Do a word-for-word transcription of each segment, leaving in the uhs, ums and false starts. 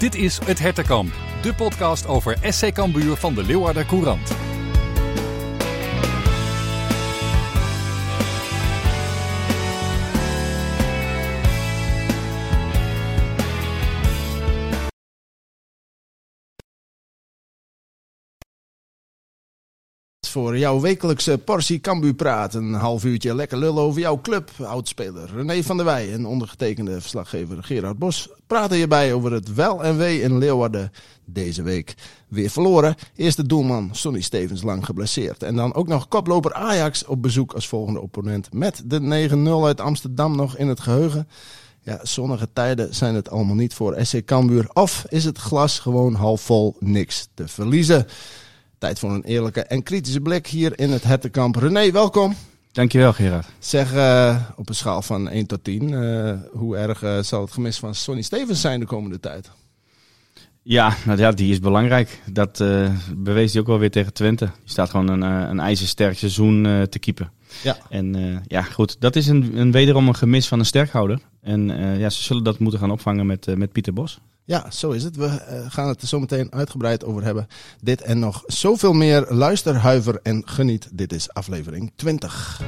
Dit is Het Hertenkamp, de podcast over S C Cambuur van de Leeuwarder Courant. Voor jouw wekelijkse portie Cambuur praat. Een half uurtje lekker lullen over jouw club. Oudspeler René van der Wij en ondergetekende verslaggever Gerard Bos praten hierbij over het wel en wee in Leeuwarden deze week. Weer verloren. Eerste doelman Sonny Stevens lang geblesseerd. En dan ook nog koploper Ajax op bezoek als volgende opponent. Met de negen nul uit Amsterdam nog in het geheugen. Ja, zonnige tijden zijn het allemaal niet voor S C Cambuur. Of is het glas gewoon half vol, niks te verliezen. Tijd voor een eerlijke en kritische blik hier in het Hertenkamp. René, welkom. Dankjewel, Gerard. Zeg, uh, op een schaal van één tot tien, uh, hoe erg uh, zal het gemis van Sonny Stevens zijn de komende tijd? Ja, nou ja, die is belangrijk. Dat uh, bewees hij ook wel weer tegen Twente. Die staat gewoon een, uh, een ijzersterk seizoen uh, te keepen. Ja. En uh, ja, goed, dat is een, een wederom een gemis van een sterkhouder. En uh, ja, ze zullen dat moeten gaan opvangen met, uh, met Pieter Bos. Ja, zo is het. We uh, gaan het er zo meteen uitgebreid over hebben. Dit en nog zoveel meer. Luister, huiver en geniet. Dit is aflevering twintig.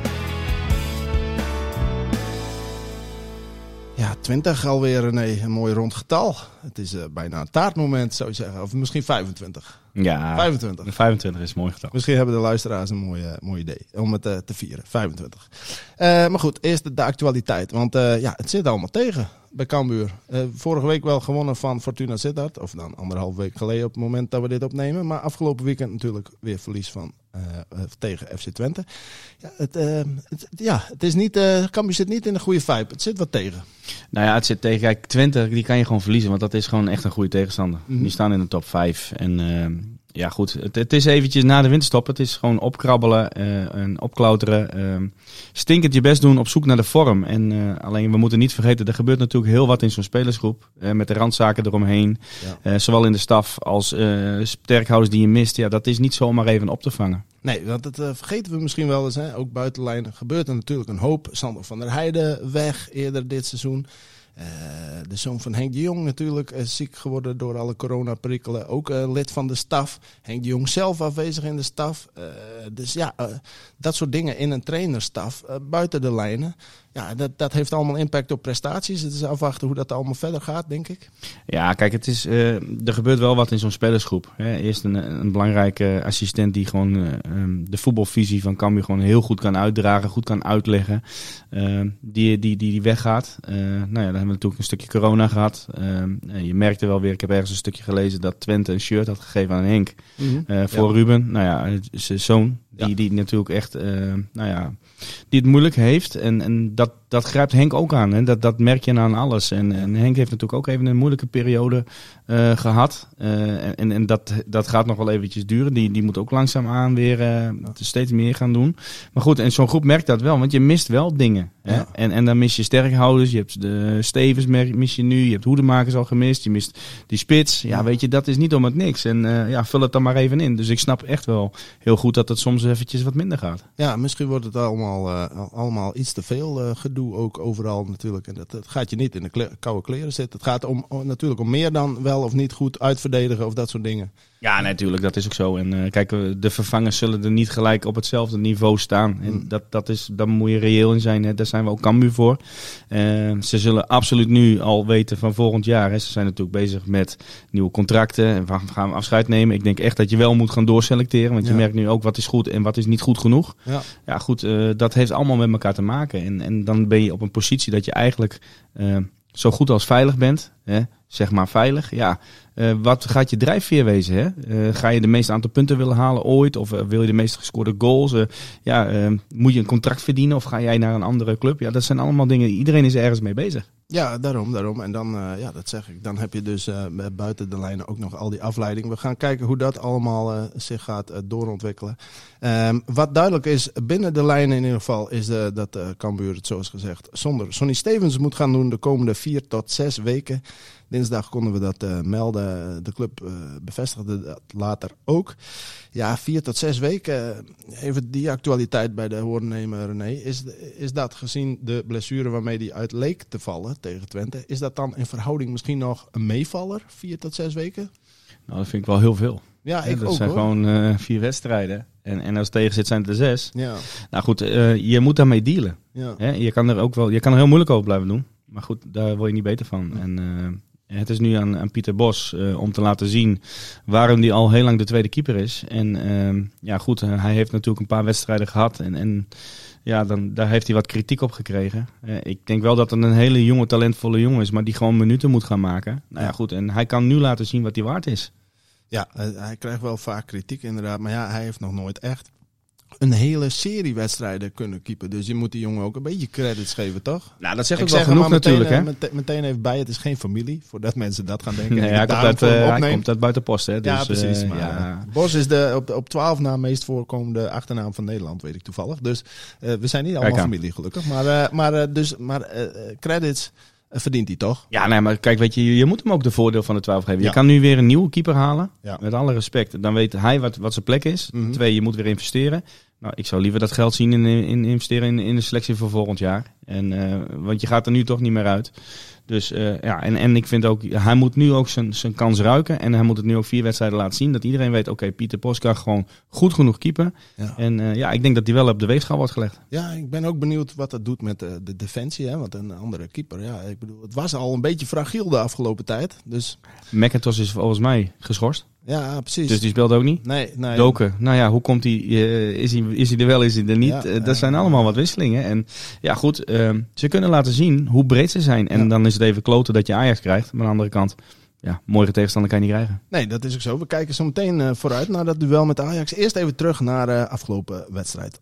Ja, twintig alweer, nee, een mooi rond getal. Het is uh, bijna een taartmoment, zou je zeggen. Of misschien vijfentwintig. Ja, vijfentwintig. vijfentwintig is een mooi getal. Misschien hebben de luisteraars een mooi, uh, mooi idee om het uh, te vieren. vijfentwintig. Uh, maar goed, eerst de, de actualiteit. Want uh, ja, het zit allemaal tegen bij Cambuur. Uh, vorige week wel gewonnen van Fortuna Sittard. Of dan anderhalf week geleden op het moment dat we dit opnemen. Maar afgelopen weekend natuurlijk weer verlies van uh, uh, tegen F C Twente. Ja, het, uh, het, ja, het is niet, uh, Cambuur zit niet in een goede vibe. Het zit wat tegen. Nou ja, het zit tegen. Kijk, Twente, die kan je gewoon verliezen. Want dat is gewoon echt een goede tegenstander. Mm-hmm. Die staan in de top vijf. En uh, ja, goed. Het, het is eventjes na de winterstop. Het is gewoon opkrabbelen uh, en opklauteren. Uh, stinkend je best doen op zoek naar de vorm. En uh, alleen, we moeten niet vergeten, er gebeurt natuurlijk heel wat in zo'n spelersgroep. Uh, met de randzaken eromheen. Ja. Uh, zowel in de staf als uh, sterkhouders die je mist. Ja, dat is niet zomaar even op te vangen. Nee, want dat uh, vergeten we misschien wel eens. Hè? Ook buitenlijnen gebeurt er natuurlijk een hoop. Sander van der Heijden weg eerder dit seizoen. Uh, de zoon van Henk de Jong natuurlijk uh, ziek geworden door alle coronaprikkelen. Ook uh, lid van de staf. Henk de Jong zelf afwezig in de staf. Uh, dus ja, uh, dat soort dingen in een trainerstaf uh, buiten de lijnen. Ja, dat, dat heeft allemaal impact op prestaties. Het is afwachten hoe dat allemaal verder gaat, denk ik. Ja, kijk, het is, uh, er gebeurt wel wat in zo'n spelersgroep. Hè. Eerst een, een belangrijke assistent die gewoon uh, um, de voetbalvisie van Cambuur gewoon heel goed kan uitdragen, goed kan uitleggen. Uh, die, die, die, die weggaat. Uh, nou ja, dan hebben we natuurlijk een stukje corona gehad. Uh, je merkte wel weer, ik heb ergens een stukje gelezen dat Twente een shirt had gegeven aan Henk. Mm-hmm. Uh, voor ja. Ruben, nou ja, zijn zoon. Die, ja. die natuurlijk echt, uh, nou ja, die het moeilijk heeft. En, en dat, dat grijpt Henk ook aan. Hè? Dat, dat merk je aan alles. En, en Henk heeft natuurlijk ook even een moeilijke periode uh, gehad. Uh, en en dat, dat gaat nog wel eventjes duren. Die, die moet ook langzaamaan weer uh, steeds meer gaan doen. Maar goed, en zo'n groep merkt dat wel. Want je mist wel dingen. Hè? Ja. En, en dan mis je sterkhouders. Je hebt de Stevens mis je nu. Je hebt Hoedemakers al gemist. Je mist die spits. Ja, ja. Weet je, dat is niet om het niks. En uh, ja, vul het dan maar even in. Dus ik snap echt wel heel goed dat het soms eventjes wat minder gaat. Ja, misschien wordt het allemaal, uh, allemaal iets te veel uh, gedoe ook overal natuurlijk. En dat, dat gaat je niet in de kle- koude kleren zitten. Het gaat om, om, natuurlijk om meer dan wel of niet goed uitverdedigen of dat soort dingen. Ja, natuurlijk, dat is ook zo. En uh, kijk, de vervangers zullen er niet gelijk op hetzelfde niveau staan. En mm. dat, dat is, daar moet je reëel in zijn. Hè. Daar zijn we ook Cambuur voor. Uh, ze zullen absoluut nu al weten van volgend jaar. Hè. Ze zijn natuurlijk bezig met nieuwe contracten. En we gaan afscheid nemen. Ik denk echt dat je wel moet gaan doorselecteren. Want je ja. merkt nu ook wat is goed en wat is niet goed genoeg. Ja, ja goed, uh, dat heeft allemaal met elkaar te maken. En, en dan ben je op een positie dat je eigenlijk uh, zo goed als veilig bent. Hè. Zeg maar veilig, ja. Uh, wat gaat je drijfveer wezen? Hè? Uh, ga je de meeste aantal punten willen halen ooit? Of uh, wil je de meest gescoorde goals? Uh, ja, uh, moet je een contract verdienen of ga jij naar een andere club? Ja, dat zijn allemaal dingen. Iedereen is ergens mee bezig. Ja, daarom, daarom. En dan, uh, ja, dat zeg ik. Dan heb je dus uh, buiten de lijnen ook nog al die afleiding. We gaan kijken hoe dat allemaal uh, zich gaat uh, doorontwikkelen. Um, wat duidelijk is binnen de lijnen in ieder geval is uh, dat uh, Cambuur het zoals gezegd zonder Sonny Stevens moet gaan doen de komende vier tot zes weken. Dinsdag konden we dat uh, melden. De club uh, bevestigde dat later ook. Ja, vier tot zes weken. Even die actualiteit bij de hoornemer René. Is, is dat gezien de blessure waarmee hij uit leek te vallen tegen Twente, is dat dan in verhouding misschien nog een meevaller? Vier tot zes weken? Nou, dat vind ik wel heel veel. Ja, ik dat ook zijn hoor. gewoon uh, vier wedstrijden. En, en als het tegen zit zijn het er zes. Ja. Nou goed, uh, je moet daarmee dealen. Ja. Hè? Je kan er ook wel, je kan er heel moeilijk over blijven doen. Maar goed, daar word je niet beter van. En uh, het is nu aan, aan Pieter Bos uh, om te laten zien waarom hij al heel lang de tweede keeper is. En uh, ja goed, uh, hij heeft natuurlijk een paar wedstrijden gehad. En, en ja, dan, daar heeft hij wat kritiek op gekregen. Uh, ik denk wel dat het een hele jonge, talentvolle jongen is. Maar die gewoon minuten moet gaan maken. Nou ja goed, en hij kan nu laten zien wat hij waard is. Ja, hij krijgt wel vaak kritiek inderdaad. Maar ja, hij heeft nog nooit echt een hele serie wedstrijden kunnen keepen. Dus je moet die jongen ook een beetje credits geven, toch? Nou, dat zegt Ik ook wel zeg genoeg maar meteen, natuurlijk, hè? Meteen, meteen even bij, het is geen familie. Voordat mensen dat gaan denken. Nee, en hij, ik komt daarom uit, voor hem uh, hij opneem. komt uit Buitenpost, hè? Dus, ja, precies. Uh, Maar, ja. Bos is de op, op twaalf na meest voorkomende achternaam van Nederland, weet ik toevallig. Dus uh, we zijn niet allemaal familie, gelukkig. Maar, uh, maar, uh, dus, maar uh, credits uh, verdient hij toch? Ja, nee, maar kijk, weet je, je moet hem ook de voordeel van de twaalf geven. Ja. Je kan nu weer een nieuwe keeper halen. Ja. Met alle respect. Dan weet hij wat, wat zijn plek is. Mm-hmm. Twee, je moet weer investeren. Nou, ik zou liever dat geld zien in, in investeren in, in de selectie voor volgend jaar. En, uh, want je gaat er nu toch niet meer uit. Dus uh, ja, en, en ik vind ook, hij moet nu ook zijn, zijn kans ruiken. En hij moet het nu ook vier wedstrijden laten zien. Dat iedereen weet, oké, okay, Pieter Bos kan gewoon goed genoeg keepen. Ja. En uh, ja, ik denk dat hij wel op de weegschaal wordt gelegd. Ja, ik ben ook benieuwd wat dat doet met de, de defensie. Hè? Want een andere keeper, ja, ik bedoel, het was al een beetje fragiel de afgelopen tijd. Dus McIntosh is volgens mij geschorst. ja, precies. Dus die speelt ook niet. Nee, nee. Doken, nou ja, hoe komt hij? Uh, is hij? Is hij er wel, is hij er niet? Ja, uh, dat ja, zijn allemaal wat wisselingen. En ja, goed, uh, ze kunnen laten zien hoe breed ze zijn. En ja. dan is het even kloten dat je Ajax krijgt. Maar aan de andere kant, ja, mooie tegenstander kan je niet krijgen. Nee, dat is ook zo. We kijken zo meteen uh, vooruit naar dat duel met Ajax. Eerst even terug naar de uh, afgelopen wedstrijd.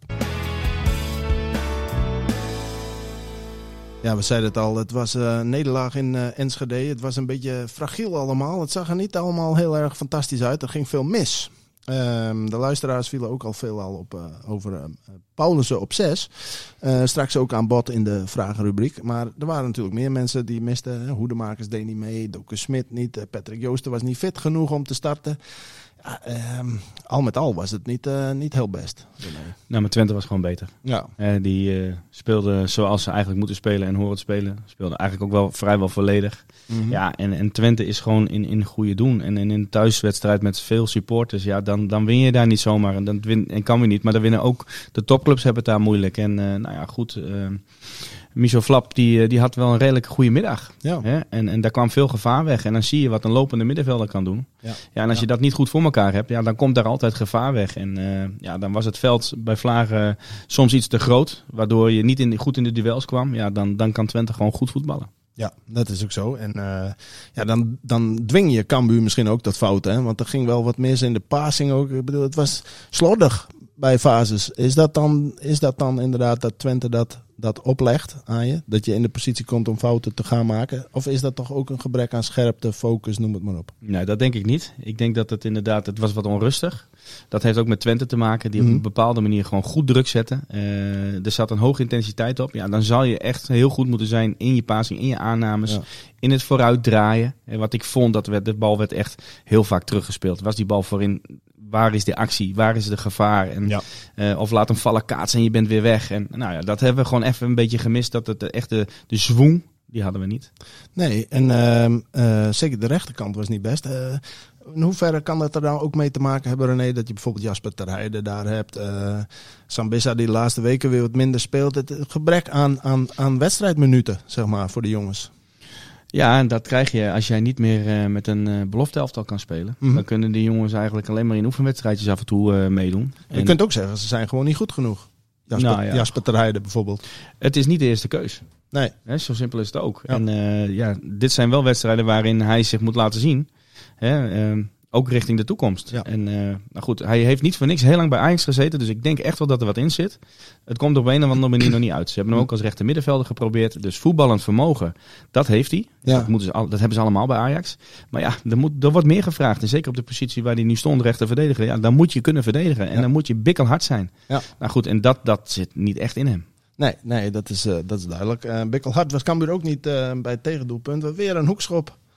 Ja, we zeiden het al. Het was een uh, nederlaag in uh, Enschede. Het was een beetje fragiel allemaal. Het zag er niet allemaal heel erg fantastisch uit. Er ging veel mis. Um, de luisteraars vielen ook al veel al op, uh, over uh, Paulussen op zes. Uh, straks ook aan bod in de vragenrubriek. Maar er waren natuurlijk meer mensen die misten. Hoedemakers deed niet mee. Doke Smit niet. Uh, Patrick Joosten was niet fit genoeg om te starten. Ja, um, al met al was het niet, uh, niet heel best. Nee. Nou, maar Twente was gewoon beter. Ja. Uh, die uh, speelde zoals ze eigenlijk moeten spelen en horen te spelen. Speelde eigenlijk ook wel vrijwel volledig. Mm-hmm. Ja, en, en Twente is gewoon in, in goede doen. En, en in een thuiswedstrijd met veel supporters, ja, dan, dan win je daar niet zomaar. En, dan win, en kan we niet. Maar dan winnen ook de topclubs hebben het daar moeilijk. En uh, nou ja, goed. Uh, Michel Flap, die, die had wel een redelijk goede middag. Ja. Hè? En, en daar kwam veel gevaar weg. En dan zie je wat een lopende middenvelder kan doen. Ja. Ja, en als ja. je dat niet goed voor elkaar hebt, ja, dan komt daar altijd gevaar weg. En uh, ja, dan was het veld bij Vlagen soms iets te groot. Waardoor je niet in, goed in de duels kwam. Ja, dan, dan kan Twente gewoon goed voetballen. Ja, dat is ook zo. En uh, ja, dan, dan dwing je Cambuur misschien ook tot fouten. Hè? Want er ging wel wat mis in de passing ook. Ik bedoel, het was slordig bij fases. Is dat dan, is dat dan inderdaad dat Twente dat, dat oplegt aan je? Dat je in de positie komt om fouten te gaan maken? Of is dat toch ook een gebrek aan scherpte, focus, noem het maar op? Nee, dat denk ik niet. Ik denk dat het inderdaad, het was wat onrustig. Dat heeft ook met Twente te maken, die mm-hmm. op een bepaalde manier gewoon goed druk zetten. Uh, er zat een hoge intensiteit op. Ja, dan zal je echt heel goed moeten zijn in je passing, in je aannames, ja. in het vooruitdraaien. En wat ik vond, dat werd, de bal werd echt heel vaak teruggespeeld. Was die bal voorin, waar is de actie, waar is de gevaar? En, ja. uh, of laat hem vallen, kaatsen en je bent weer weg. En nou ja, dat hebben we gewoon even een beetje gemist. Dat het echt de, de zwoeng, die hadden we niet. Nee, en uh, uh, zeker de rechterkant was niet best. Uh, in hoeverre kan dat er dan ook mee te maken hebben, René, dat je bijvoorbeeld Jasper ter Heijden daar hebt. Uh, Sambissa die de laatste weken weer wat minder speelt. Het gebrek aan, aan, aan wedstrijdminuten, zeg maar, voor de jongens. Ja, en dat krijg je als jij niet meer uh, met een uh, belofteelftal kan spelen. Mm-hmm. Dan kunnen die jongens eigenlijk alleen maar in oefenwedstrijdjes af en toe uh, meedoen. Je en kunt ook zeggen, ze zijn gewoon niet goed genoeg. Jasper, nou ja. Jasper ter Heijden bijvoorbeeld. Het is niet de eerste keus. Nee. He, zo simpel is het ook. Ja. En uh, ja, dit zijn wel wedstrijden waarin hij zich moet laten zien. He, uh, ook richting de toekomst. Ja. En uh, nou goed, hij heeft niet voor niks heel lang bij Ajax gezeten. Dus ik denk echt wel dat er wat in zit. Het komt op een of andere manier nog niet uit. Ze hebben hem ook als rechter middenvelder geprobeerd. Dus voetballend vermogen, dat heeft hij. Ja. Dat, moeten ze al, dat hebben ze allemaal bij Ajax. Maar ja, er, moet, er wordt meer gevraagd. En zeker op de positie waar hij nu stond, rechter verdediger. Ja, dan moet je kunnen verdedigen. En ja. dan moet je bikkelhard zijn. Ja. Nou goed, en dat, dat zit niet echt in hem. Nee, nee, dat is, uh, dat is duidelijk. Uh, bikkelhard was Cambuur ook niet uh, bij het tegendoelpunt. Weer een hoekschop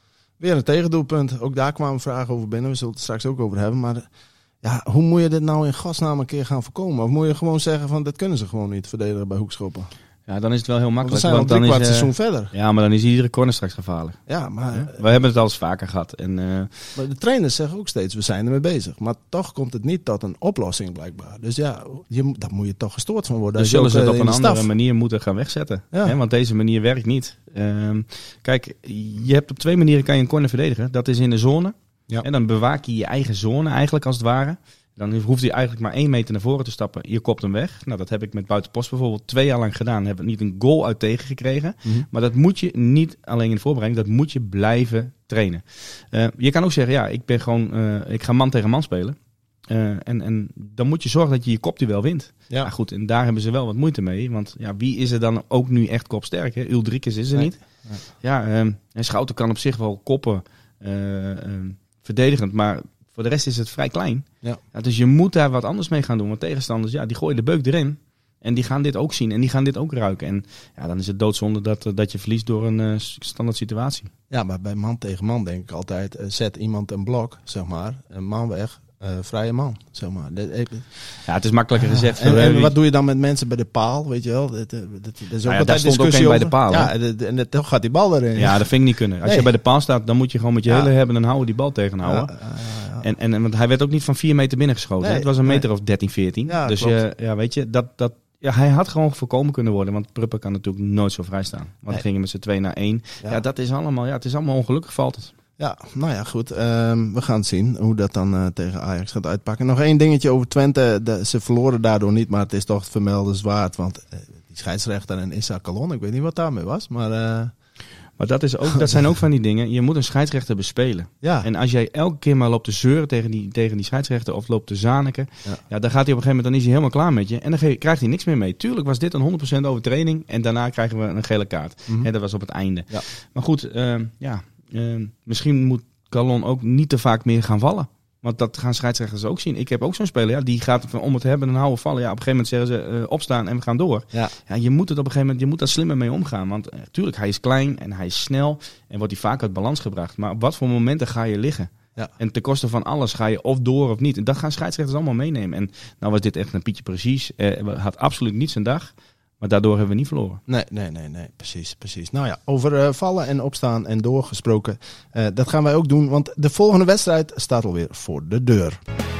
Weer een tegendoelpunt. Ook daar kwamen vragen over binnen. We zullen het straks ook over hebben. Maar ja, hoe moet je dit nou in godsnaam een keer gaan voorkomen? Of moet je gewoon zeggen van dat kunnen ze gewoon niet verdedigen bij hoekschoppen? Ja, dan is het wel heel makkelijk. Want we zijn al drie kwart is, uh, seizoen verder. Ja, maar dan is iedere corner straks gevaarlijk. Ja, maar... Ja? We hebben het al eens vaker gehad. En, uh, maar de trainers zeggen ook steeds, we zijn ermee bezig. Maar toch komt het niet tot een oplossing blijkbaar. Dus ja, je, daar moet je toch gestoord van worden. Dus zullen ze het op een andere staf. manier moeten gaan wegzetten. Ja. Hè? Want deze manier werkt niet. Uh, kijk, je hebt op twee manieren kan je een corner verdedigen. Dat is in de zone. Ja. En dan bewaak je je eigen zone eigenlijk als het ware. Dan hoeft hij eigenlijk maar één meter naar voren te stappen. Je kopt hem weg. Nou, dat heb ik met Buitenpost bijvoorbeeld twee jaar lang gedaan. Heb ik niet een goal uit tegengekregen. Mm-hmm. Maar dat moet je niet alleen in de voorbereiding. Dat moet je blijven trainen. Uh, je kan ook zeggen, ja, ik ben gewoon, uh, ik ga man tegen man spelen. Uh, en, en dan moet je zorgen dat je je kopduel wint. Ja. Nou goed, en daar hebben ze wel wat moeite mee. Want ja, wie is er dan ook nu echt kopsterk? Hè? Uldrikes is er nee. niet. Nee. Ja, um, en Schouten kan op zich wel koppen. Uh, uh, verdedigend, maar... Voor de rest is het vrij klein. Ja. Ja, dus je moet daar wat anders mee gaan doen. Want tegenstanders, ja, die gooien de beuk erin. En die gaan dit ook zien. En die gaan dit ook ruiken. En ja, dan is het doodzonde dat, dat je verliest door een uh, standaard situatie. Ja, maar bij man tegen man denk ik altijd... Uh, zet iemand een blok, zeg maar. Een man weg. Uh, vrije man, zeg maar. Ja, het is makkelijker gezegd. En, en wat doe je dan met mensen bij de paal, weet je wel? Dat, dat, dat is ook nou ja, daar stond ook een bij de paal. Ja, en toch gaat die bal erin. Ja, dat vind ik niet kunnen. Als nee. je bij de paal staat, dan moet je gewoon met je ja. hele hebben en houden die bal tegenhouden. Ja, ja, ja. En, en, want hij werd ook niet van vier meter binnengeschoten. Nee, het was een meter nee. of dertien, veertien. Ja, dus je, ja, weet je, dat... dat ja, hij had gewoon voorkomen kunnen worden. Want Pruppen kan natuurlijk nooit zo vrij staan. Want nee. dan gingen met z'n twee naar één. Ja. ja, dat is allemaal... Ja, het is allemaal ongelukkig valt het. Ja, nou ja, goed. Um, we gaan zien hoe dat dan uh, tegen Ajax gaat uitpakken. Nog één dingetje over Twente. De, ze verloren daardoor niet, maar het is toch het vermeldenswaard. Want uh, die scheidsrechter en Issa Kalon, ik weet niet wat daarmee was. Maar, uh... maar dat, is ook, dat zijn ook van die dingen. Je moet een scheidsrechter bespelen. Ja. En als jij elke keer maar loopt te zeuren tegen die, tegen die scheidsrechter of loopt te zaniken. Ja. Ja, dan gaat hij op een gegeven moment, dan is hij helemaal klaar met je. En dan ge- krijgt hij niks meer mee. Tuurlijk was dit een honderd procent overtreding. En daarna krijgen we een gele kaart. Mm-hmm. He, dat was op het einde. Ja. Maar goed, uh, ja... Uh, misschien moet Kalon ook niet te vaak meer gaan vallen. Want dat gaan scheidsrechters ook zien. Ik heb ook zo'n speler, ja, die gaat van om het hebben en houden vallen. Ja, op een gegeven moment zeggen ze uh, opstaan en we gaan door. Ja. Ja, je moet het op een gegeven moment, je moet daar slimmer mee omgaan. Want uh, tuurlijk, hij is klein en hij is snel en wordt hij vaak uit balans gebracht. Maar op wat voor momenten ga je liggen? Ja. En ten koste van alles ga je of door of niet. En dat gaan scheidsrechters allemaal meenemen. En nou was dit echt een Pietje precies. Uh, had absoluut niet zijn dag. Maar daardoor hebben we niet verloren. Nee, nee, nee, nee. Precies, precies. Nou ja, over uh, vallen en opstaan en doorgesproken. Uh, dat gaan wij ook doen, want de volgende wedstrijd staat alweer voor de deur.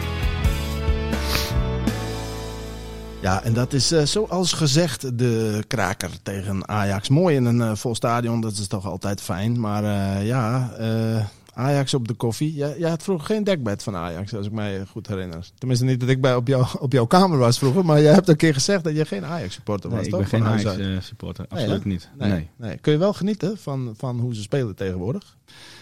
Ja, en dat is uh, zoals gezegd de kraker tegen Ajax. Mooi in een uh, vol stadion, dat is toch altijd fijn. Maar uh, ja... Uh, Ajax op de koffie. Jij, jij had vroeger geen dekbed van Ajax, als ik mij goed herinner. Tenminste niet dat ik bij op, jou, op jouw kamer was vroeger, maar jij hebt een keer gezegd dat je geen Ajax-supporter was, nee, toch? ik ben geen Ajax-supporter, uh, absoluut nee, niet. Nee, nee. Nee. Kun je wel genieten van, van hoe ze spelen tegenwoordig?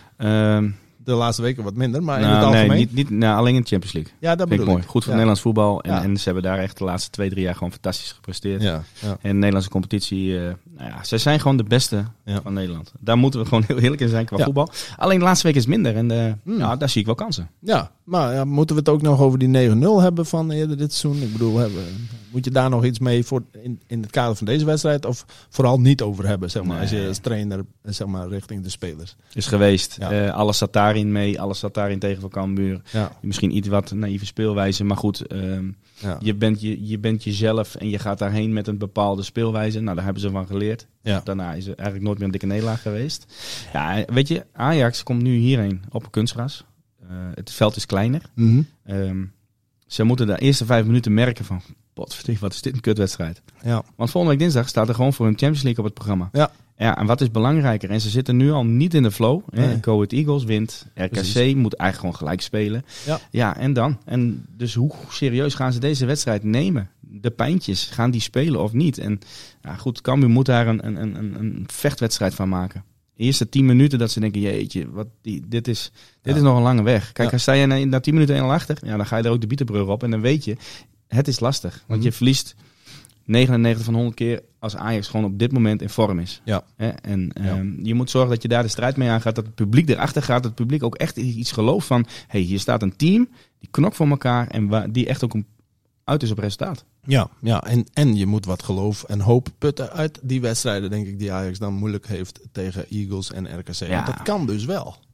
Um, de laatste weken wat minder, maar nou, in het algemeen? Nee, niet, niet, nou, alleen in de Champions League. Ja, dat bedoel ik. Mooi. Goed voor ja. Nederlands voetbal. En, ja. en ze hebben daar echt de laatste twee, drie jaar gewoon fantastisch gepresteerd. Ja. Ja. En de Nederlandse competitie, uh, nou ja, zij zijn gewoon de beste ja. van Nederland. Daar moeten we gewoon heel eerlijk in zijn qua ja. voetbal. Alleen de laatste week is het minder en uh, mm. ja, daar zie ik wel kansen. Ja, maar ja, moeten we het ook nog over die negen nul hebben van eerder dit seizoen? Ik bedoel, hebben, moet je daar nog iets mee voor in, in het kader van deze wedstrijd? Of vooral niet over hebben, zeg maar, nee. als je als trainer zeg maar, richting de spelers? Is geweest. Ja. Uh, alles zat daarin mee, alles zat daarin tegen van Cambuur. Ja. Misschien iets wat naïeve speelwijze, maar goed, uh, ja. je, bent je, je bent jezelf en je gaat daarheen met een bepaalde speelwijze. Nou, daar hebben ze van geleerd. Ja. Daarna is er eigenlijk nooit meer een dikke nederlaag geweest. Ja, weet je, Ajax komt nu hierheen op een kunstgras. Uh, het veld is kleiner. Mm-hmm. Um, ze moeten de eerste vijf minuten merken van... Potverdikke, wat is dit een kutwedstrijd. Ja. Want volgende week dinsdag staat er gewoon voor hun Champions League op het programma. Ja. Ja, en wat is belangrijker? En ze zitten nu al niet in de flow. Nee. Go Ahead Eagles wint. R K C Precies. Moet eigenlijk gewoon gelijk spelen. Ja. Ja, en dan? En dus hoe serieus gaan ze deze wedstrijd nemen? De pijntjes, gaan die spelen of niet? En ja, goed, Cambuur moet daar een, een, een, een vechtwedstrijd van maken. De eerste tien minuten dat ze denken, jeetje, wat die, dit, is, dit ja. is nog een lange weg. Kijk, ja. sta je na, na tien minuten één nul achter, ja, dan ga je er ook de bietenbrug op. En dan weet je, het is lastig. Want mm-hmm. je verliest negenennegentig van honderd keer als Ajax gewoon op dit moment in vorm is. Ja. En ja. Um, je moet zorgen dat je daar de strijd mee aangaat, dat het publiek erachter gaat, dat het publiek ook echt iets gelooft van, hey, hier staat een team, die knokt voor elkaar en wa- die echt ook een uit is op resultaat. Ja, ja en, en je moet wat geloof en hoop putten uit die wedstrijden, denk ik, die Ajax dan moeilijk heeft tegen Eagles en R K C. Ja. Want dat kan dus wel.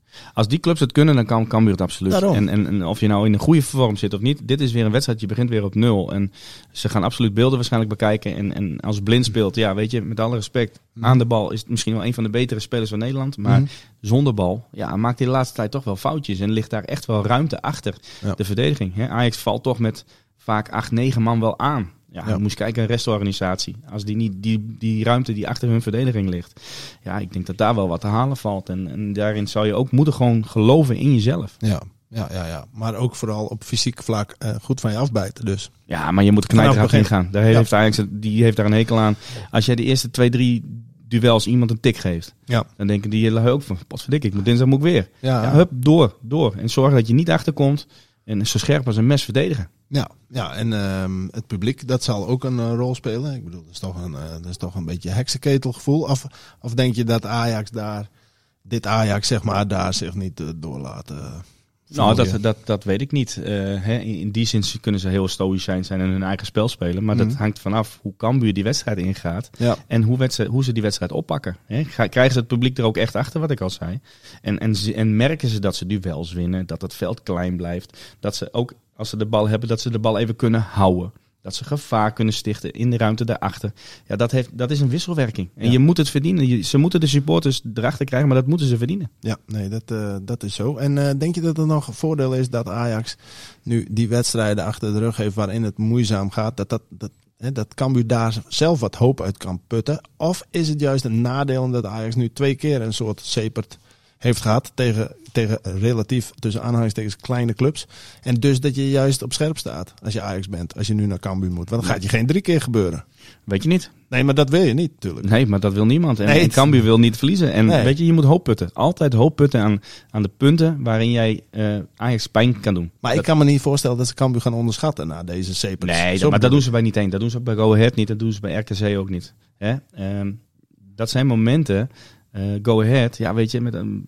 Als die clubs het kunnen, dan kan Cambuur het absoluut. En, en, en of je nou in een goede vorm zit of niet, dit is weer een wedstrijd, je begint weer op nul. En ze gaan absoluut beelden waarschijnlijk bekijken. En, en als Blind speelt, ja, weet je, met alle respect, aan de bal is het misschien wel een van de betere spelers van Nederland. Maar mm. zonder bal, ja, maakt hij de laatste tijd toch wel foutjes. En ligt daar echt wel ruimte achter ja. de verdediging. Hè? Ajax valt toch met vaak acht, negen man wel aan. Ja, ja. Je moest kijken, een restorganisatie. Als die, niet, die, die ruimte die achter hun verdediging ligt. Ja, ik denk dat daar wel wat te halen valt. En, en daarin zou je ook moeten gewoon geloven in jezelf. Ja, ja, ja, ja. Maar ook vooral op fysiek vlak uh, goed van je afbijten dus. Ja, maar je moet knijterhard in gaan. Daar heeft ja. Ajax, die heeft daar een hekel aan. Als jij de eerste twee, drie duels iemand een tik geeft. Ja. Dan denken die ook van, potverdikke, ik moet dinsdag moet ik weer. Ja. Ja, hup, door, door. En zorg dat je niet achterkomt. En zo scherp als een mes verdedigen. Ja, ja en um, het publiek, dat zal ook een uh, rol spelen. Ik bedoel, dat is toch een, uh, dat is toch een beetje heksenketelgevoel. Of, of denk je dat Ajax daar, dit Ajax zeg maar, daar zich niet uh, door laat uh, Nou, dat, dat, dat weet ik niet. Uh, hè, in, in die zin kunnen ze heel stoïcijn zijn en hun eigen spel spelen. Maar mm-hmm. dat hangt vanaf hoe Cambuur die wedstrijd ingaat. Ja. En hoe, wedstrijd, hoe ze die wedstrijd oppakken. Hè. Krijgen ze het publiek er ook echt achter, wat ik al zei. En, en, en merken ze dat ze duels winnen. Dat het veld klein blijft. Dat ze ook, als ze de bal hebben, dat ze de bal even kunnen houden. Dat ze gevaar kunnen stichten in de ruimte daarachter. Ja, dat, heeft, dat is een wisselwerking. En ja. je moet het verdienen. Je, ze moeten de supporters erachter krijgen, maar dat moeten ze verdienen. Ja, nee, dat, uh, dat is zo. En uh, denk je dat er nog een voordeel is dat Ajax nu die wedstrijden achter de rug heeft waarin het moeizaam gaat? Dat, dat, dat, hè, dat Cambuur daar zelf wat hoop uit kan putten? Of is het juist een nadeel omdat Ajax nu twee keer een soort sepert heeft gehad tegen, tegen relatief tussen aanhalingstekens kleine clubs. En dus dat je juist op scherp staat als je Ajax bent, als je nu naar Cambuur moet. Want dan gaat je geen drie keer gebeuren. Weet je niet. Nee, maar dat wil je niet natuurlijk. Nee, maar dat wil niemand. En, nee, en Cambuur wil niet verliezen. En nee. weet je, je moet hoop putten. Altijd hoop putten aan, aan de punten waarin jij uh, Ajax pijn kan doen. Maar dat... ik kan me niet voorstellen dat ze Cambuur gaan onderschatten na deze sepers. Nee, dat, maar dat doen ze bij niet één. Dat doen ze bij Go Ahead niet. Dat doen ze bij R K C ook niet. Hè? Um, dat zijn momenten. Uh, Go Ahead, ja weet je, met een...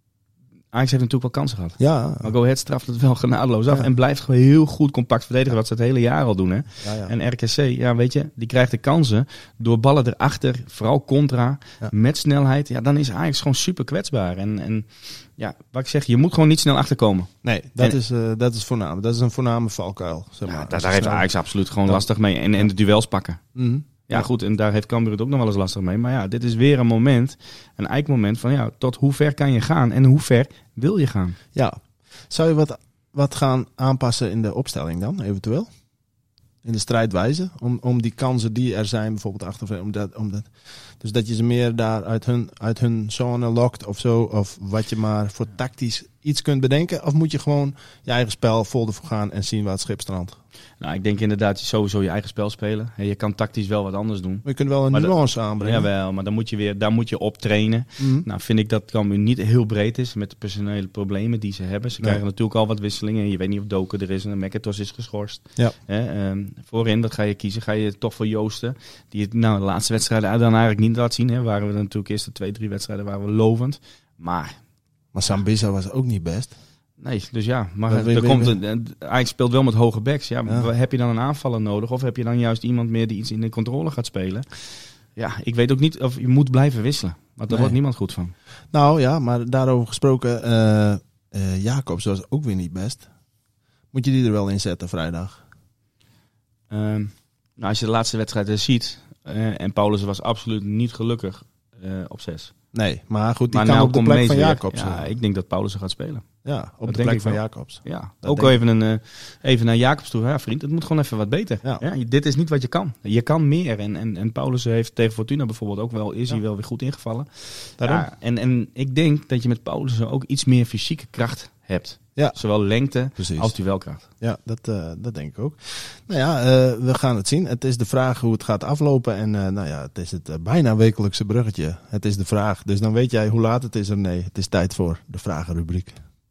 Ajax heeft natuurlijk wel kansen gehad. Ja. Maar Go Ahead straft het wel genadeloos af. Ja. En blijft gewoon heel goed compact verdedigen. Wat ze het hele jaar al doen. Hè? Ja, ja. En R K C, ja, weet je, die krijgt de kansen door ballen erachter. Vooral contra. Ja. Met snelheid. Ja, dan is Ajax gewoon super kwetsbaar. En, en ja, wat ik zeg, je moet gewoon niet snel achterkomen. Nee, dat, en, is, uh, dat is voornaam. Dat is een voorname valkuil. Zeg maar. Ja, daar daar heeft snel... Ajax absoluut gewoon ja. lastig mee. En, en de duels pakken. Mm-hmm. Ja, goed, en daar heeft Cambuur het ook nog wel eens lastig mee. Maar ja, dit is weer een moment, een eikmoment van ja, tot hoe ver kan je gaan en hoe ver wil je gaan? Ja, zou je wat, wat gaan aanpassen in de opstelling dan, eventueel? In de strijdwijze? Om, om die kansen die er zijn, bijvoorbeeld achter, om dat, om dat, dus dat je ze meer daar uit hun, uit hun zone lokt of zo, of wat je maar voor tactisch iets kunt bedenken? Of moet je gewoon je eigen spel vol ervoor gaan en zien waar het schip strandt? Nou, ik denk inderdaad sowieso je eigen spel spelen. Je kan tactisch wel wat anders doen. Maar je kunt wel een maar nuance da- aanbrengen. Jawel, maar dan moet je weer, daar moet je op trainen. Mm-hmm. Nou, vind ik dat Cambuur niet heel breed is met de personele problemen die ze hebben. Ze nee. krijgen natuurlijk al wat wisselingen. Je weet niet of Doken er is en McIntosh is geschorst. Ja. Eh, um, voorin, dat ga je kiezen. Ga je toch voor Joosten. Die het nou de laatste wedstrijden dan eigenlijk niet laat zien. Hè. Waren we dan natuurlijk eerst de twee, drie wedstrijden waren we lovend. Maar... Maar Sambisa was ook niet best. Nee, dus ja, maar er komt een, Ajax speelt wel met hoge backs. Ja, ja. Heb je dan een aanvaller nodig? Of heb je dan juist iemand meer die iets in de controle gaat spelen? Ja, ik weet ook niet of je moet blijven wisselen. Want daar nee. wordt niemand goed van. Nou ja, maar daarover gesproken, uh, uh, Jacobs was ook weer niet best. Moet je die er wel in zetten vrijdag? Uh, nou, als je de laatste wedstrijd ziet, uh, en Paulussen was absoluut niet gelukkig uh, op zes. Nee, maar goed, die maar kan nou op de plek van Jacobs. Ja, ik denk dat Paulussen gaat spelen. Ja, op dat de plek van Jacobs. Ja, dat ook even, een, uh, even naar Jacobs toe. Ja, vriend, het moet gewoon even wat beter. Ja. Ja, dit is niet wat je kan. Je kan meer. En, en, en Paulussen heeft tegen Fortuna bijvoorbeeld ook wel, is ja. hij wel weer goed ingevallen. Daarom. Ja, en, en ik denk dat je met Paulussen ook iets meer fysieke kracht hebt. Ja. Zowel lengte Precies. als duelkracht. Ja, dat, uh, dat denk ik ook. Nou ja, uh, we gaan het zien. Het is de vraag hoe het gaat aflopen. En uh, nou ja, het is het uh, bijna wekelijkse bruggetje. Het is de vraag. Dus dan weet jij hoe laat het is. Of nee, het is tijd voor de vragenrubriek.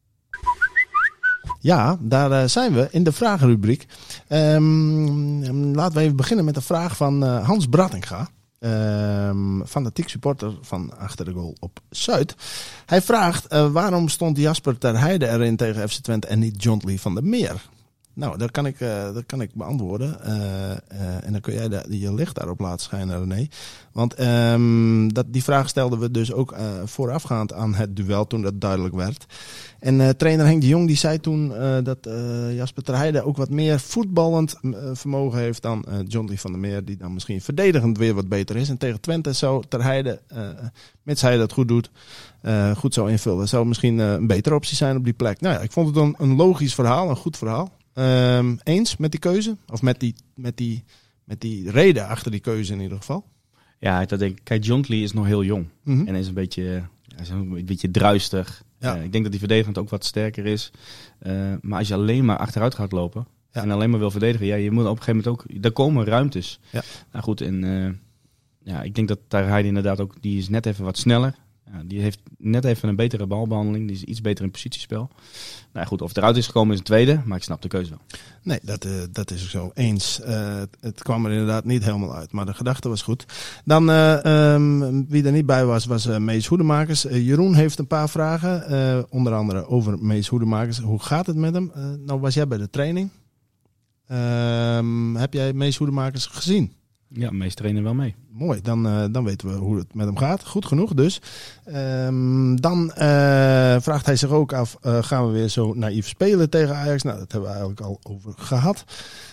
Ja, daar uh, zijn we in de vragenrubriek. Um, laten we even beginnen met de vraag van uh, Hans Brattinga. Um, fanatiek supporter van Achter de Goal op Zuid. Hij vraagt uh, waarom stond Jasper ter Heide erin tegen F C Twente en niet John Lee van der Meer? Nou, dat kan ik, uh, dat kan ik beantwoorden. Uh, uh, en dan kun jij de, je licht daarop laten schijnen, René. Want um, dat, die vraag stelden we dus ook uh, voorafgaand aan het duel toen dat duidelijk werd. En uh, trainer Henk de Jong die zei toen uh, dat uh, Jasper Ter Heijden ook wat meer voetballend uh, vermogen heeft dan uh, John Lee van der Meer. Die dan misschien verdedigend weer wat beter is. En tegen Twente zou Ter Heijden, uh, mits hij dat goed doet, uh, goed zou invullen. Zou misschien uh, een betere optie zijn op die plek. Nou ja, ik vond het een, een logisch verhaal, een goed verhaal. Um, eens met die keuze? Of met die, met, die, met die reden achter die keuze in ieder geval? Ja, dat denk ik. Kijk, John Lee is nog heel jong. Mm-hmm. En is een beetje, hij is een beetje druistig. Ja. Uh, ik denk dat hij verdedigend ook wat sterker is. Uh, maar als je alleen maar achteruit gaat lopen ja. en alleen maar wil verdedigen, ja, je moet op een gegeven moment ook, er komen ruimtes. Ja. Nou goed, en uh, ja, ik denk dat Ter Heijden inderdaad ook, die is net even wat sneller. Ja, die heeft net even een betere balbehandeling. Die is iets beter in positiespel. Nou goed, of het eruit is gekomen is een tweede. Maar ik snap de keuze wel. Nee, dat, uh, dat is ook zo. Eens. Uh, het, het kwam er inderdaad niet helemaal uit. Maar de gedachte was goed. Dan, uh, um, wie er niet bij was, was uh, Mees Hoedemakers. Uh, Jeroen heeft een paar vragen. Uh, onder andere over Mees Hoedemakers. Hoe gaat het met hem? Uh, nou was jij bij de training. Uh, heb jij Mees Hoedemakers gezien? Ja, Mees trainen wel mee. Mooi, dan, uh, dan weten we hoe het met hem gaat. Goed genoeg dus. Um, dan uh, vraagt hij zich ook af, uh, gaan we weer zo naïef spelen tegen Ajax? Nou, dat hebben we eigenlijk al over gehad.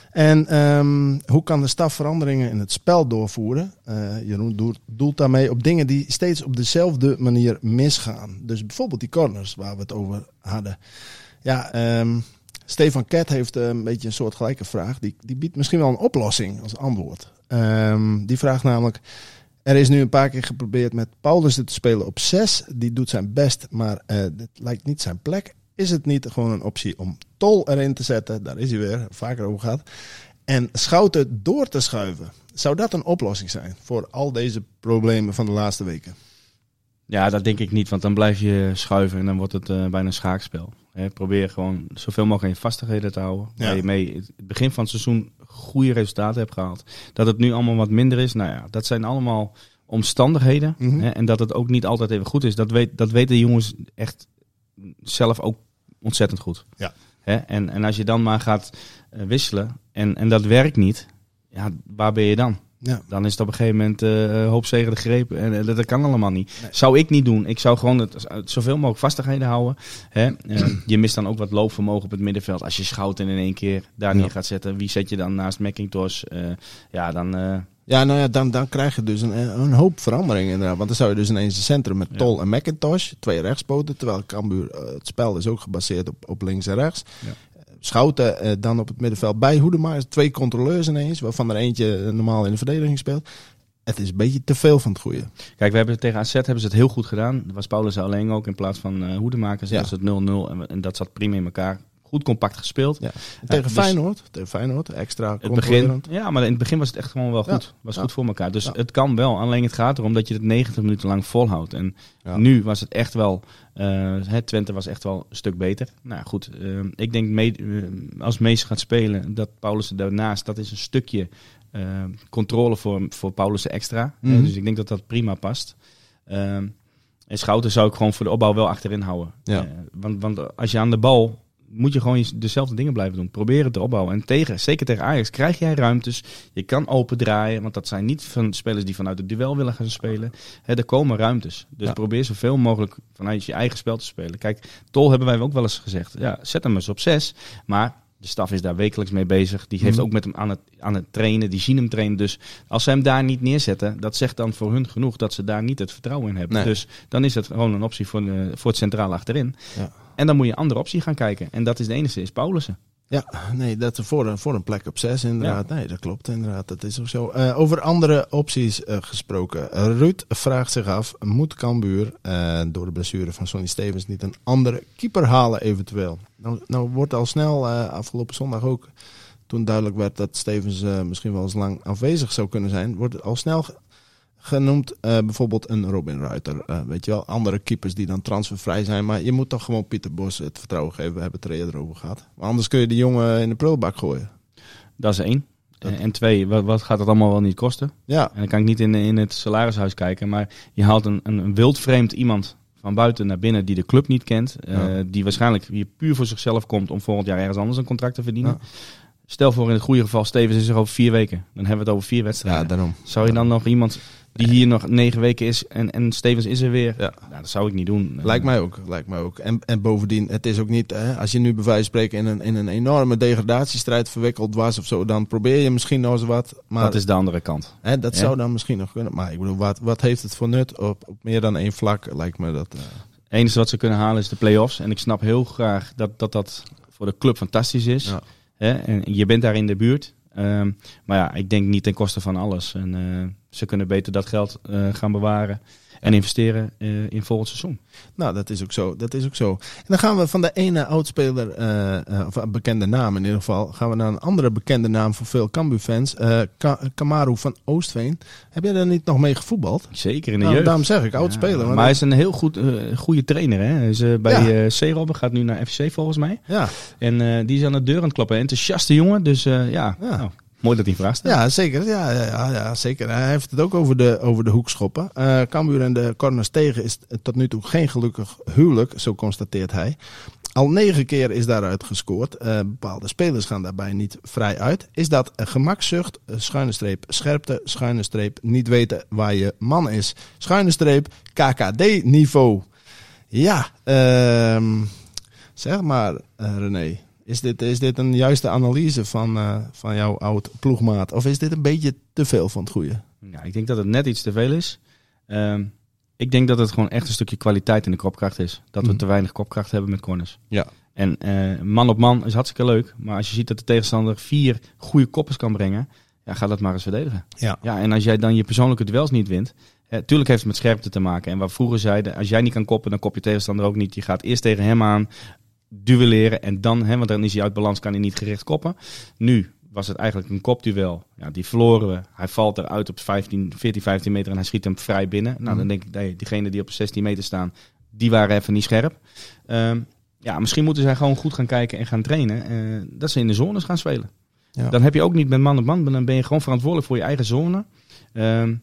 En um, hoe kan de staf veranderingen in het spel doorvoeren? Uh, Jeroen doelt, doelt daarmee op dingen die steeds op dezelfde manier misgaan. Dus bijvoorbeeld die corners waar we het over hadden. Ja, um, Stefan Ket heeft uh, een beetje een soortgelijke vraag. Die, die biedt misschien wel een oplossing als antwoord. Um, die vraagt namelijk, er is nu een paar keer geprobeerd met Paulussen te spelen op zes. Die doet zijn best, maar uh, dit lijkt niet zijn plek. Is het niet gewoon een optie om Tol erin te zetten? Daar is hij weer, vaker over gehad. En Schouten door te schuiven. Zou dat een oplossing zijn voor al deze problemen van de laatste weken? Ja, dat denk ik niet, want dan blijf je schuiven en dan wordt het uh, bijna een schaakspel. He, probeer gewoon zoveel mogelijk in vastigheden te houden. Ja. Waar je mee het begin van het seizoen goede resultaten hebt gehaald. Dat het nu allemaal wat minder is, nou ja, dat zijn allemaal omstandigheden. Mm-hmm. He, en dat het ook niet altijd even goed is, dat, weet, dat weten de jongens echt zelf ook ontzettend goed. Ja. He, en, en als je dan maar gaat uh, wisselen en, en dat werkt niet, ja, waar ben je dan? Ja. Dan is het op een gegeven moment uh, hoop zegen de greep. En uh, dat, dat kan allemaal niet. Nee. Zou ik niet doen. Ik zou gewoon het, het zoveel mogelijk vastigheden houden. Hè? Uh, je mist dan ook wat loopvermogen op het middenveld. Als je Schouten in één keer daar neer ja. gaat zetten. Wie zet je dan naast McIntosh? Uh, ja, dan... Uh... Ja, nou ja, dan, dan krijg je dus een, een hoop veranderingen inderdaad. Want dan zou je dus ineens een centrum met Tol ja. en McIntosh. Twee rechtspoten. Terwijl Cambuur, uh, het spel is ook gebaseerd op, op links en rechts. Ja. Schouten uh, dan op het middenveld bij Hoedemakers. Twee controleurs ineens, waarvan er eentje normaal in de verdediging speelt. Het is een beetje te veel van het goede. Kijk, we hebben tegen A Z hebben ze het heel goed gedaan. Dat was Paulussen alleen ook in plaats van uh, Hoedemakers. Ja. Dat was het nul nul en, en dat zat prima in elkaar. Goed compact gespeeld. Ja. Tegen uh, Feyenoord, dus tegen Feyenoord, extra het begin, ja, maar in het begin was het echt gewoon wel goed. Ja. Was ja. goed voor elkaar. Dus ja. het kan wel. Alleen het gaat erom dat je het negentig minuten lang volhoudt. En ja. nu was het echt wel... Uh, het Twente was echt wel een stuk beter. Nou goed, uh, ik denk mee, uh, als Mees gaat spelen, dat Paulussen daarnaast, dat is een stukje uh, controle voor, voor Paulussen extra. Mm-hmm. Uh, dus ik denk dat dat prima past. Uh, en Schouten zou ik gewoon voor de opbouw wel achterin houden. Ja. Uh, want, want als je aan de bal... moet je gewoon dezelfde dingen blijven doen. Probeer het te opbouwen. En tegen, zeker tegen Ajax krijg jij ruimtes. Je kan open draaien. Want dat zijn niet van spelers die vanuit het duel willen gaan spelen. He, er komen ruimtes. Dus ja. probeer zoveel mogelijk vanuit je eigen spel te spelen. Kijk, Tol hebben wij ook wel eens gezegd. Ja, zet hem eens op zes. Maar de staf is daar wekelijks mee bezig. Die heeft mm. ook met hem aan het, aan het trainen. Die zien hem trainen. Dus als ze hem daar niet neerzetten, dat zegt dan voor hun genoeg dat ze daar niet het vertrouwen in hebben. Nee. Dus dan is het gewoon een optie voor, de, voor het centraal achterin. Ja. En dan moet je een andere optie gaan kijken. En dat is de enige, is Paulussen. Ja, nee, dat is voor een, voor een plek op zes inderdaad. Ja. Nee, dat klopt inderdaad. Dat is ook zo. Uh, over andere opties uh, gesproken. Uh, Ruud vraagt zich af, moet Cambuur uh, door de blessure van Sonny Stevens niet een andere keeper halen eventueel? Nou, nou wordt al snel uh, afgelopen zondag ook, toen duidelijk werd dat Stevens uh, misschien wel eens lang afwezig zou kunnen zijn, wordt al snel ge- genoemd uh, bijvoorbeeld een Robin Ruiter. Uh, weet je wel, andere keepers die dan transfervrij zijn. Maar je moet toch gewoon Pieter Bos het vertrouwen geven. We hebben het er eerder over gehad. Maar anders kun je die jongen in de prullenbak gooien. Dat is één. Dat... En twee, wat, wat gaat dat allemaal wel niet kosten? Ja. En dan kan ik niet in, in het salarishuis kijken. Maar je haalt een, een wildvreemd iemand van buiten naar binnen die de club niet kent. Uh, Ja. Die waarschijnlijk hier puur voor zichzelf komt om volgend jaar ergens anders een contract te verdienen. Ja. Stel voor in het goede geval, Stevens is er over vier weken. Dan hebben we het over vier wedstrijden. Ja, daarom. Zou je dan nog iemand die hier nog negen weken is en, en Stevens is er weer? Ja. Nou, dat zou ik niet doen. Lijkt mij ook. Lijkt mij ook. En, en bovendien, het is ook niet, hè, als je nu bij wijze van spreken in een, in een enorme degradatiestrijd verwikkeld was of zo, dan probeer je misschien nog eens wat. Maar Dat is de andere kant. hè, dat Ja. zou dan misschien nog kunnen. Maar ik bedoel, wat, wat heeft het voor nut op, op meer dan één vlak? Lijkt me dat. Uh... Het enige wat ze kunnen halen is de play-offs. En ik snap heel graag dat dat, dat voor de club fantastisch is. Ja. Hè? En je bent daar in de buurt. Um, maar ja, ik denk niet ten koste van alles. En uh, ze kunnen beter dat geld uh, gaan bewaren en investeren uh, in volgend seizoen. Nou, dat is ook zo. Dat is ook zo. En dan gaan we van de ene oudspeler, uh, uh, of een bekende naam in ieder geval, gaan we naar een andere bekende naam voor veel Cambuur-fans. Uh, Ka- Kamaru van Oostveen. Heb jij daar niet nog mee gevoetbald? Zeker in de Nou, jeugd. daarom zeg ik, oudspeler. Ja, maar maar hij is een heel goed, uh, goede trainer. Hè? Hij is uh, bij Ja. uh, C-Robben, gaat nu naar F C C volgens mij. Ja, En uh, die is aan de deur aan het klappen. Enthousiaste jongen, dus uh, ja, Ja. Nou, mooi dat hij een vraag stelt. ja, zeker. Ja, ja, ja, ja, zeker. Hij heeft het ook over de, over de hoekschoppen. Uh, Cambuur en de corners tegen is tot nu toe geen gelukkig huwelijk, zo constateert hij. Al negen keer is daaruit gescoord. Uh, bepaalde spelers gaan daarbij niet vrij uit. Is dat een gemakzucht, schuine streep, scherpte, schuine streep, niet weten waar je man is, schuine streep, K K D-niveau? Ja, uh, zeg maar, uh, René. Is dit, is dit een juiste analyse van, uh, van jouw oud ploegmaat? Of is dit een beetje te veel van het goede? Ja, ik denk dat het net iets te veel is. Um, ik denk dat het gewoon echt een stukje kwaliteit in de kopkracht is. Dat we Mm. te weinig kopkracht hebben met corners. Ja. En uh, man op man is hartstikke leuk. Maar als je ziet dat de tegenstander vier goede koppers kan brengen, ja, ga dat maar eens verdedigen. Ja. Ja, en als jij dan je persoonlijke duels niet wint, hè, tuurlijk heeft het met scherpte te maken. En waar vroeger zeiden, als jij niet kan koppen, dan kop je tegenstander ook niet. Je gaat eerst tegen hem aan, duelleren en dan, hè, want dan is hij uit balans, kan hij niet gericht koppen. Nu was het eigenlijk een kopduel. Ja, die verloren we. Hij valt eruit op vijftien, veertien, vijftien meter en hij schiet hem vrij binnen. Nou, dan denk ik, nee, diegenen die op zestien meter staan, die waren even niet scherp. Um, ja, misschien moeten zij gewoon goed gaan kijken en gaan trainen. Uh, dat ze in de zones gaan spelen. Ja. Dan heb je ook niet met man op man, maar dan ben je gewoon verantwoordelijk voor je eigen zone. Um,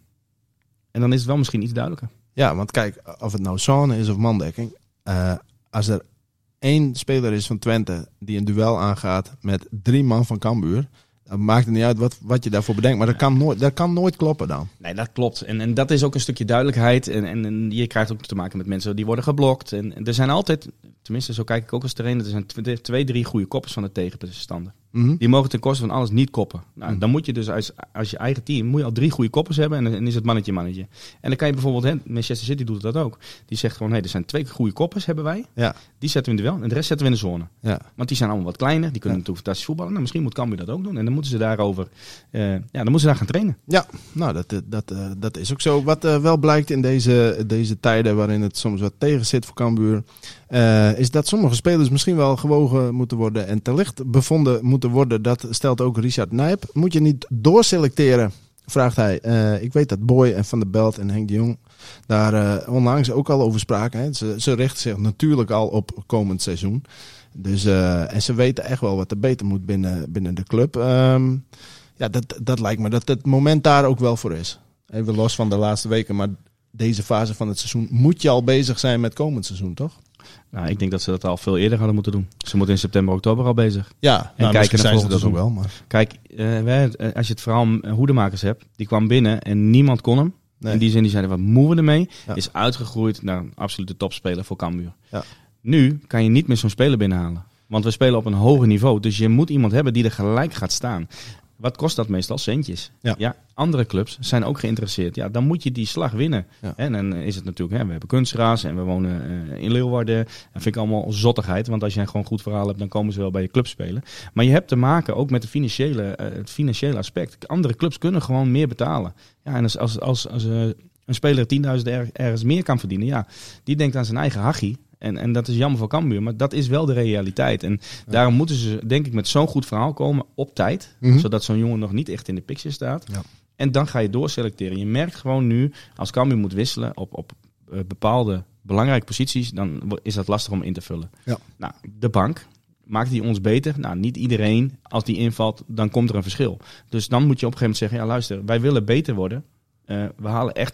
en dan is het wel misschien iets duidelijker. Ja, want kijk, of het nou zone is of mandekking. Uh, als er één speler is van Twente die een duel aangaat met drie man van Cambuur, dan maakt het niet uit wat, wat je daarvoor bedenkt. Maar dat kan nooit, dat kan nooit kloppen dan. Nee, dat klopt. En, en dat is ook een stukje duidelijkheid. En, en, en je krijgt ook te maken met mensen die worden geblokt. En, en er zijn altijd, tenminste zo kijk ik ook als trainer, er zijn twee, twee drie goede koppers van de tegenstander. Mm-hmm. Die mogen ten koste van alles niet koppen. Nou, Mm. dan moet je dus als, als je eigen team moet je al drie goede koppers hebben en dan is het mannetje mannetje. En dan kan je bijvoorbeeld, hè, Manchester City doet dat ook. Die zegt gewoon, hé, hey, er zijn twee goede koppers hebben wij. Ja. Die zetten we in de duel en de rest zetten we in de zone. Ja. Want die zijn allemaal wat kleiner, die kunnen Ja. natuurlijk fantastisch voetballen. Nou, misschien moet Cambuur dat ook doen en dan moeten ze daarover, uh, ja, dan moeten ze daar gaan trainen. Ja, nou dat, dat, uh, dat is ook zo. Wat uh, wel blijkt in deze, deze tijden waarin het soms wat tegen zit voor Cambuur, uh, is dat sommige spelers misschien wel gewogen moeten worden en terecht bevonden moeten worden. Dat stelt ook Richard Nijp. Moet je niet doorselecteren, vraagt hij. Uh, ik weet dat Boy en Van der Belt en Henk de Jong daar uh, onlangs ook al over spraken. Hè. Ze, ze richten zich natuurlijk al op komend seizoen. Dus, uh, en ze weten echt wel wat er beter moet binnen, binnen de club. Um, ja, dat, dat lijkt me dat het moment daar ook wel voor is. Even los van de laatste weken, maar deze fase van het seizoen moet je al bezig zijn met komend seizoen, toch? Nou, ik denk dat ze dat al veel eerder hadden moeten doen. Ze moeten in september, oktober al bezig. Ja, en nou, kijken naar zijn ze volgend dat ook seizoen. wel. Maar... Kijk, uh, wij, als je het verhaal Hoedemakers hebt, die kwam binnen en niemand kon hem. Nee. In die zin, die zeiden, wat moeten we ermee? Ja. Is uitgegroeid naar een absolute topspeler voor Cambuur. Ja. Nu kan je niet meer zo'n speler binnenhalen. Want we spelen op een hoger niveau. Dus je moet iemand hebben die er gelijk gaat staan. Wat kost dat meestal? Centjes. Ja. Ja, andere clubs zijn ook geïnteresseerd. Ja, dan moet je die slag winnen. Ja. En dan is het natuurlijk, hè, we hebben kunstgras en we wonen uh, in Leeuwarden. Dat vind ik allemaal zottigheid. Want als jij gewoon een goed verhaal hebt, dan komen ze wel bij je club spelen. Maar je hebt te maken ook met de financiële, uh, het financiële aspect. Andere clubs kunnen gewoon meer betalen. Ja, en als, als, als, als uh, een speler tienduizend er, ergens meer kan verdienen, ja, die denkt aan zijn eigen hachie. En, en dat is jammer voor Cambuur, maar dat is wel de realiteit. En ja. daarom moeten ze, denk ik, met zo'n goed verhaal komen op tijd. Mm-hmm. Zodat zo'n jongen nog niet echt in de picture staat. Ja. En dan ga je doorselecteren. Je merkt gewoon nu, als Cambuur moet wisselen op, op uh, bepaalde belangrijke posities, dan is dat lastig om in te vullen. Ja. Nou, de bank, maakt die ons beter? Nou, niet iedereen. Als die invalt, dan komt er een verschil. Dus dan moet je op een gegeven moment zeggen, ja luister, wij willen beter worden. Uh, we halen echt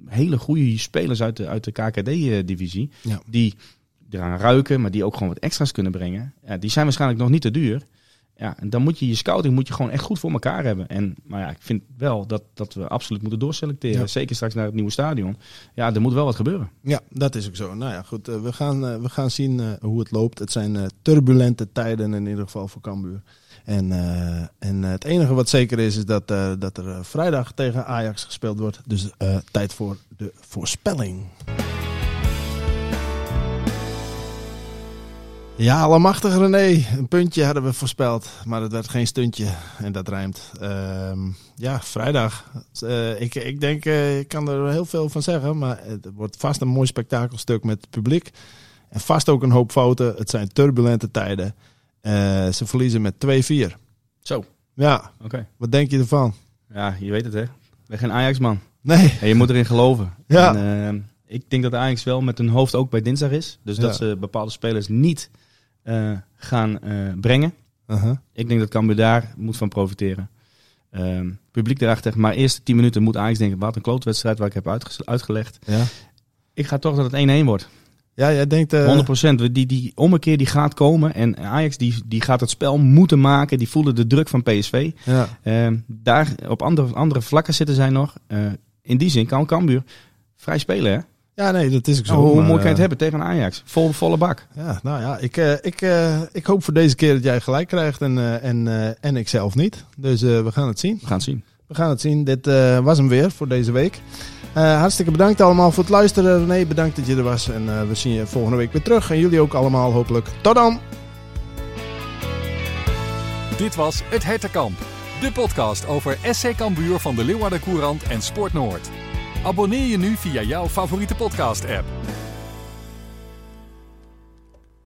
hele goede spelers uit de, uit de K K D-divisie. Ja. Die eraan ruiken, maar die ook gewoon wat extra's kunnen brengen. Ja, die zijn waarschijnlijk nog niet te duur. Ja, en dan moet je je scouting moet je gewoon echt goed voor elkaar hebben. En, maar ja, ik vind wel dat, dat we absoluut moeten doorselecteren. Ja. Zeker straks naar het nieuwe stadion. Ja, er moet wel wat gebeuren. Ja, dat is ook zo. Nou ja, goed. Uh, we, gaan, uh, we gaan zien uh, hoe het loopt. Het zijn uh, turbulente tijden in ieder geval voor Cambuur. En, uh, en uh, het enige wat zeker is, is dat, uh, dat er uh, vrijdag tegen Ajax gespeeld wordt. Dus uh, tijd voor de voorspelling. Ja, allemachtig René. Een puntje hadden we voorspeld, maar het werd geen stuntje. En dat rijmt. Uh, ja, vrijdag. Uh, ik, ik denk, uh, ik kan er heel veel van zeggen, maar het wordt vast een mooi spektakelstuk met het publiek. En vast ook een hoop fouten. Het zijn turbulente tijden. Uh, ze verliezen met twee vier. Zo. Ja, oké. Okay. Wat denk je ervan? Ja, je weet het hè. Ik ben geen Ajax-man. Nee. En je moet erin geloven. Ja. En, uh, ik denk dat Ajax wel met hun hoofd ook bij dinsdag is. Dus ja. dat ze bepaalde spelers niet uh, gaan uh, brengen. Uh-huh. Ik denk dat Cambuur daar moet van profiteren. Uh, publiek erachter. Maar eerste tien minuten moet Ajax denken, wat een klootwedstrijd waar ik heb uitge- uitgelegd. Ja. Ik ga toch dat het één-één wordt. Ja, jij denkt... Uh... honderd procent. Die, die ommekeer die gaat komen. En Ajax die, die gaat het spel moeten maken. Die voelen de druk van P S V. Ja. Uh, daar op andere, andere vlakken zitten zij nog. Uh, in die zin kan Cambuur vrij spelen, hè? Ja, nee, dat is ook zo. Nou, hoe maar, mooi kan je het uh... hebben tegen Ajax? Vol, volle bak. Ja, nou ja, ik, uh, ik, uh, ik hoop voor deze keer dat jij gelijk krijgt en, uh, en, uh, en ik zelf niet. Dus uh, we gaan het zien. We gaan het zien. We gaan het zien. Dit uh, was hem weer voor deze week. Uh, hartstikke bedankt allemaal voor het luisteren. René, bedankt dat je er was. En uh, we zien je volgende week weer terug. En jullie ook allemaal hopelijk. Tot dan! Dit was Het Hertenkamp. De podcast over S C Cambuur van de Leeuwarder Courant en Sport Noord. Abonneer je nu via jouw favoriete podcast-app.